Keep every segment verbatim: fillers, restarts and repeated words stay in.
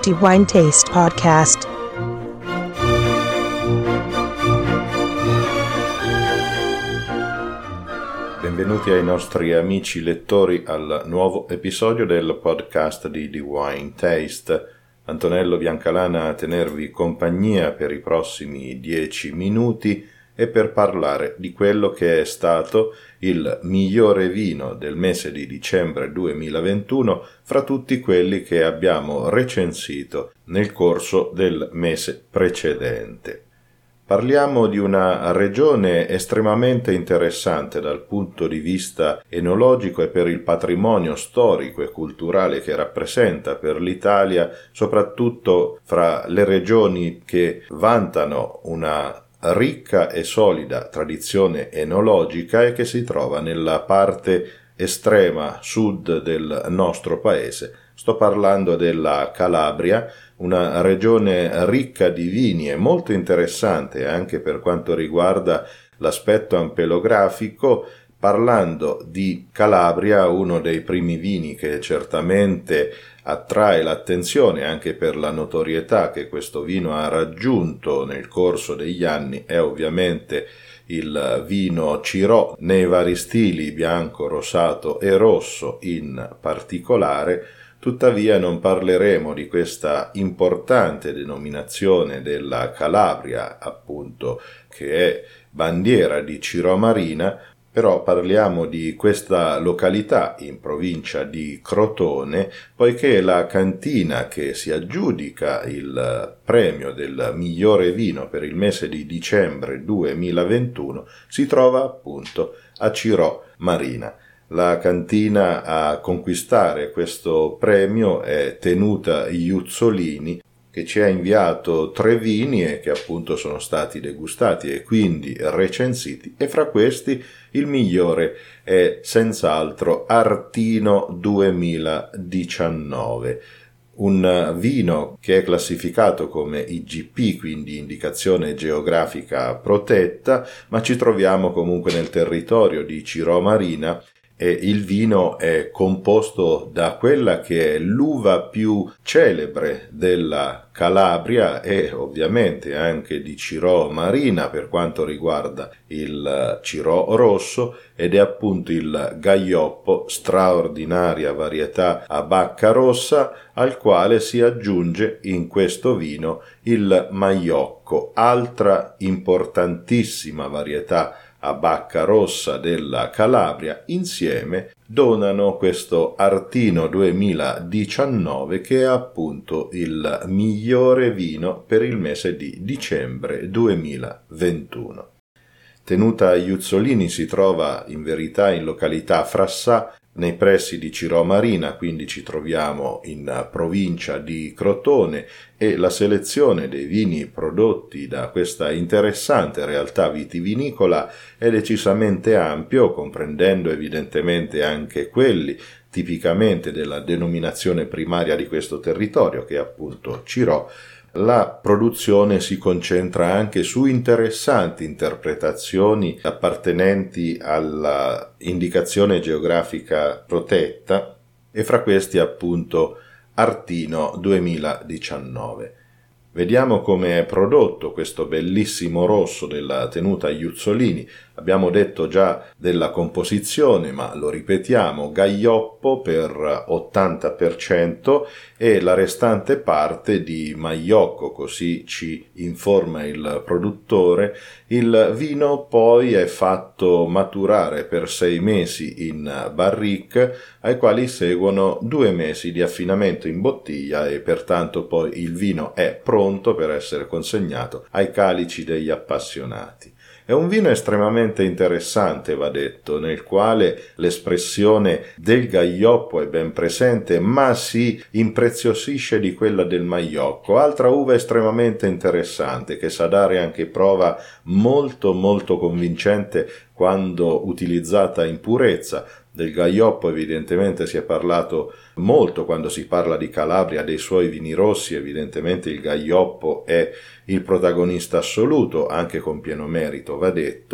The Wine Taste Podcast. Benvenuti ai nostri amici lettori al nuovo episodio del podcast di The Wine Taste. Antonello Biancalana a tenervi compagnia per i prossimi dieci minuti e per parlare di quello che è stato il migliore vino del mese di dicembre duemilaventuno fra tutti quelli che abbiamo recensito nel corso del mese precedente. Parliamo di una regione estremamente interessante dal punto di vista enologico e per il patrimonio storico e culturale che rappresenta per l'Italia, soprattutto fra le regioni che vantano una ricca e solida tradizione enologica e che si trova nella parte estrema sud del nostro paese. Sto parlando della Calabria, una regione ricca di vini e molto interessante anche per quanto riguarda l'aspetto ampelografico. Parlando di Calabria, uno dei primi vini che certamente attrae l'attenzione anche per la notorietà che questo vino ha raggiunto nel corso degli anni è ovviamente il vino Cirò nei vari stili, bianco, rosato e rosso in particolare. Tuttavia non parleremo di questa importante denominazione della Calabria, appunto, che è bandiera di Cirò Marina, però parliamo di questa località in provincia di Crotone, poiché la cantina che si aggiudica il premio del migliore vino per il mese di dicembre duemilaventuno si trova appunto a Cirò Marina. La cantina a conquistare questo premio è Tenuta Juzzolini, che ci ha inviato tre vini e che appunto sono stati degustati e quindi recensiti, e fra questi il migliore è senz'altro Artino duemiladiciannove, un vino che è classificato come I G P, quindi indicazione geografica protetta, ma ci troviamo comunque nel territorio di Cirò Marina e il vino è composto da quella che è l'uva più celebre della Calabria e ovviamente anche di Cirò Marina per quanto riguarda il Cirò rosso, ed è appunto il Gaioppo, straordinaria varietà a bacca rossa, al quale si aggiunge in questo vino il Maiocco, altra importantissima varietà a bacca rossa della Calabria. Insieme donano questo Artino duemiladiciannove che è appunto il migliore vino per il mese di dicembre duemilaventuno. Tenuta Juzzolini si trova in verità in località Frassà, nei pressi di Cirò Marina, quindi ci troviamo in provincia di Crotone, e la selezione dei vini prodotti da questa interessante realtà vitivinicola è decisamente ampio, comprendendo evidentemente anche quelli tipicamente della denominazione primaria di questo territorio, che è appunto Cirò. La produzione si concentra anche su interessanti interpretazioni appartenenti alla indicazione geografica protetta, e fra questi appunto Artino duemiladiciannove. Vediamo come è prodotto questo bellissimo rosso della Tenuta Juzzolini. Abbiamo detto già della composizione, ma lo ripetiamo: Gaioppo per ottanta per cento e la restante parte di Maiocco, così ci informa il produttore. Il vino poi è fatto maturare per sei mesi in barrique, ai quali seguono due mesi di affinamento in bottiglia, e pertanto poi il vino è pronto per essere consegnato ai calici degli appassionati. È un vino estremamente interessante, va detto, nel quale l'espressione del Gaioppo è ben presente, ma si impreziosisce di quella del Maiocco, altra uva estremamente interessante che sa dare anche prova molto molto convincente quando utilizzata in purezza. Del Gaioppo evidentemente si è parlato molto quando si parla di Calabria, dei suoi vini rossi. Evidentemente il Gaioppo è il protagonista assoluto, anche con pieno merito va detto,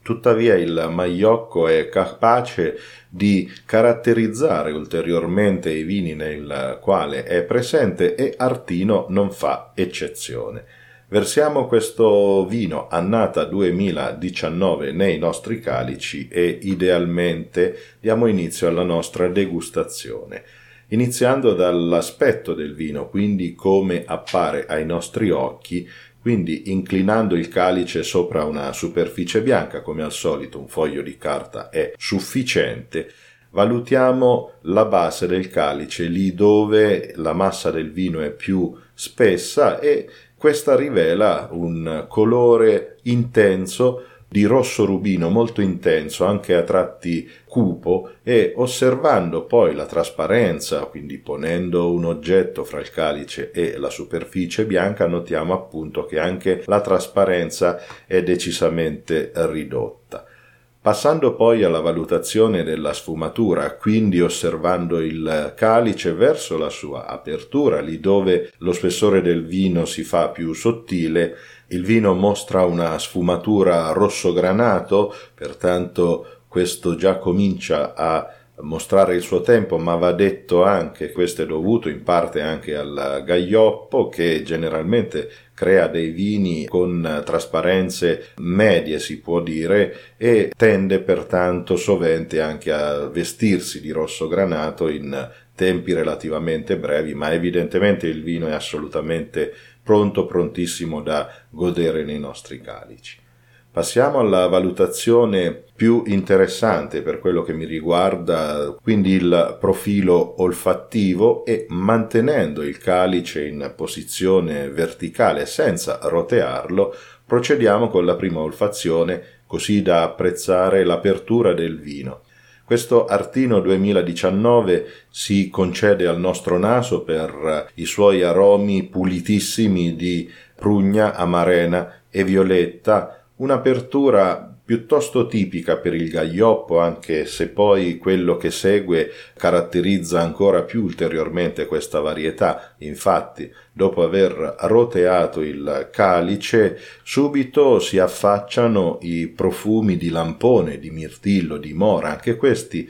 Tuttavia il Maiocco è capace di caratterizzare ulteriormente i vini nel quale è presente e Artino non fa eccezione. Versiamo questo vino annata duemiladiciannove nei nostri calici e idealmente diamo inizio alla nostra degustazione, iniziando dall'aspetto del vino, quindi come appare ai nostri occhi. Quindi inclinando il calice sopra una superficie bianca, come al solito un foglio di carta è sufficiente, valutiamo la base del calice, lì dove la massa del vino è più spessa e questa rivela un colore intenso di rosso rubino molto intenso, anche a tratti cupo, e osservando poi la trasparenza, quindi ponendo un oggetto fra il calice e la superficie bianca, notiamo appunto che anche la trasparenza è decisamente ridotta. Passando poi alla valutazione della sfumatura, quindi osservando il calice verso la sua apertura, lì dove lo spessore del vino si fa più sottile, il vino mostra una sfumatura rosso granato, pertanto questo già comincia a mostrare il suo tempo, ma va detto anche che questo è dovuto in parte anche al gaioppo, che generalmente crea dei vini con trasparenze medie, si può dire, e tende pertanto sovente anche a vestirsi di rosso granato in tempi relativamente brevi, ma evidentemente il vino è assolutamente pronto, prontissimo da godere nei nostri calici. Passiamo alla valutazione più interessante per quello che mi riguarda, quindi il profilo olfattivo, e mantenendo il calice in posizione verticale senza rotearlo, procediamo con la prima olfazione così da apprezzare l'apertura del vino. Questo Artino duemiladiciannove si concede al nostro naso per i suoi aromi pulitissimi di prugna, amarena e violetta, un'apertura piuttosto tipica per il gaioppo, anche se poi quello che segue caratterizza ancora più ulteriormente questa varietà. Infatti, dopo aver roteato il calice, subito si affacciano i profumi di lampone, di mirtillo, di mora, anche questi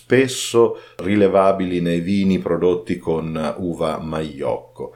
spesso rilevabili nei vini prodotti con uva Maiocco.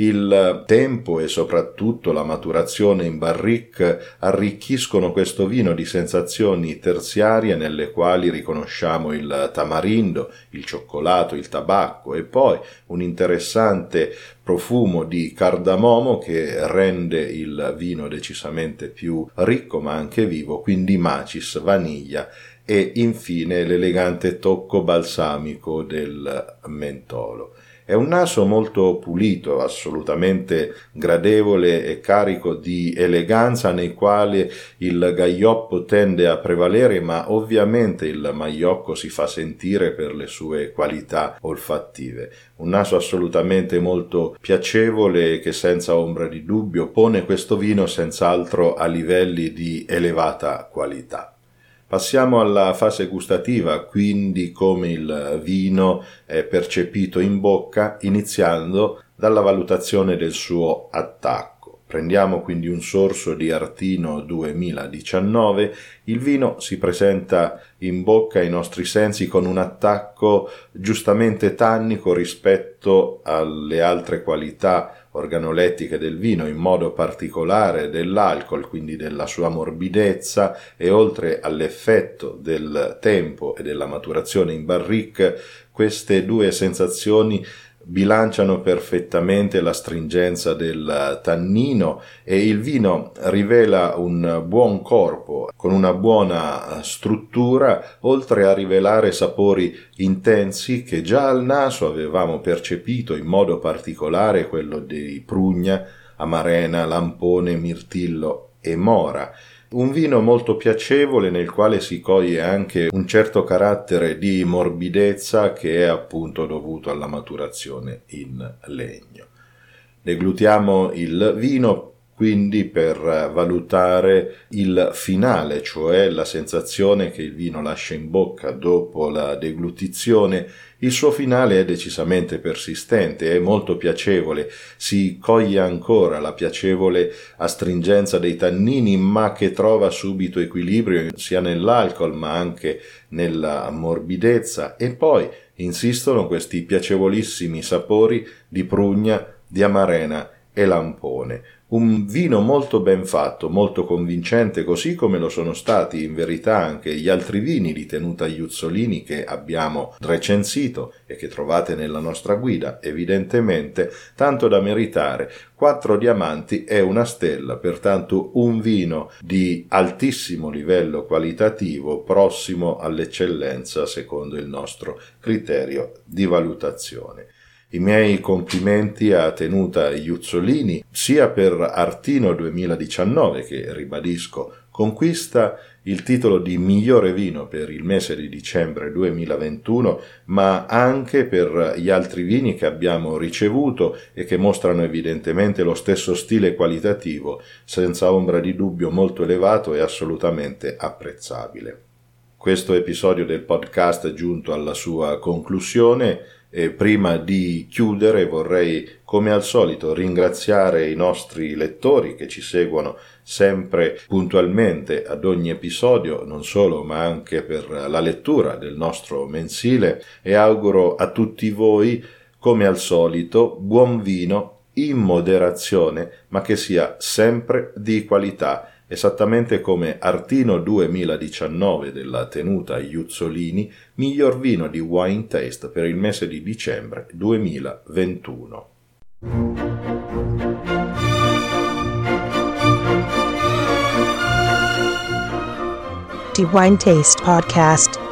Il tempo e soprattutto la maturazione in barrique arricchiscono questo vino di sensazioni terziarie nelle quali riconosciamo il tamarindo, il cioccolato, il tabacco e poi un interessante profumo di cardamomo che rende il vino decisamente più ricco ma anche vivo, quindi macis, vaniglia e infine l'elegante tocco balsamico del mentolo. È un naso molto pulito, assolutamente gradevole e carico di eleganza, nei quali il gaioppo tende a prevalere, ma ovviamente il Maiocco si fa sentire per le sue qualità olfattive. Un naso assolutamente molto piacevole che senza ombra di dubbio pone questo vino senz'altro a livelli di elevata qualità. Passiamo alla fase gustativa, quindi come il vino è percepito in bocca, iniziando dalla valutazione del suo attacco. Prendiamo quindi un sorso di Artino duemiladiciannove, il vino si presenta in bocca ai nostri sensi con un attacco giustamente tannico rispetto alle altre qualità organolettiche del vino, in modo particolare dell'alcol, quindi della sua morbidezza, e oltre all'effetto del tempo e della maturazione in barrique, queste due sensazioni bilanciano perfettamente la stringenza del tannino e il vino rivela un buon corpo con una buona struttura, oltre a rivelare sapori intensi che già al naso avevamo percepito, in modo particolare quello di prugna, amarena, lampone, mirtillo e mora. Un vino molto piacevole nel quale si coglie anche un certo carattere di morbidezza che è appunto dovuto alla maturazione in legno. Deglutiamo il vino quindi per valutare il finale, cioè la sensazione che il vino lascia in bocca dopo la deglutizione. Il suo finale è decisamente persistente, è molto piacevole, si coglie ancora la piacevole astringenza dei tannini, ma che trova subito equilibrio sia nell'alcol ma anche nella morbidezza, e poi insistono questi piacevolissimi sapori di prugna, di amarena e lampone. Un vino molto ben fatto, molto convincente, così come lo sono stati in verità anche gli altri vini di tenuta Juzzolini che abbiamo recensito e che trovate nella nostra guida, evidentemente, tanto da meritare quattro diamanti e una stella, pertanto un vino di altissimo livello qualitativo, prossimo all'eccellenza secondo il nostro criterio di valutazione. I miei complimenti a Tenuta Juzzolini sia per Artino duemiladiciannove, che ribadisco conquista il titolo di migliore vino per il mese di dicembre duemilaventuno, ma anche per gli altri vini che abbiamo ricevuto e che mostrano evidentemente lo stesso stile qualitativo, senza ombra di dubbio molto elevato e assolutamente apprezzabile. Questo episodio del podcast è giunto alla sua conclusione. E prima di chiudere vorrei, come al solito, ringraziare i nostri lettori che ci seguono sempre puntualmente ad ogni episodio, non solo ma anche per la lettura del nostro mensile, e auguro a tutti voi, come al solito, buon vino in moderazione, ma che sia sempre di qualità, esattamente come Artino duemiladiciannove della Tenuta Juzzolini, miglior vino di Wine Taste per il mese di dicembre duemilaventuno. Die Wine Taste Podcast.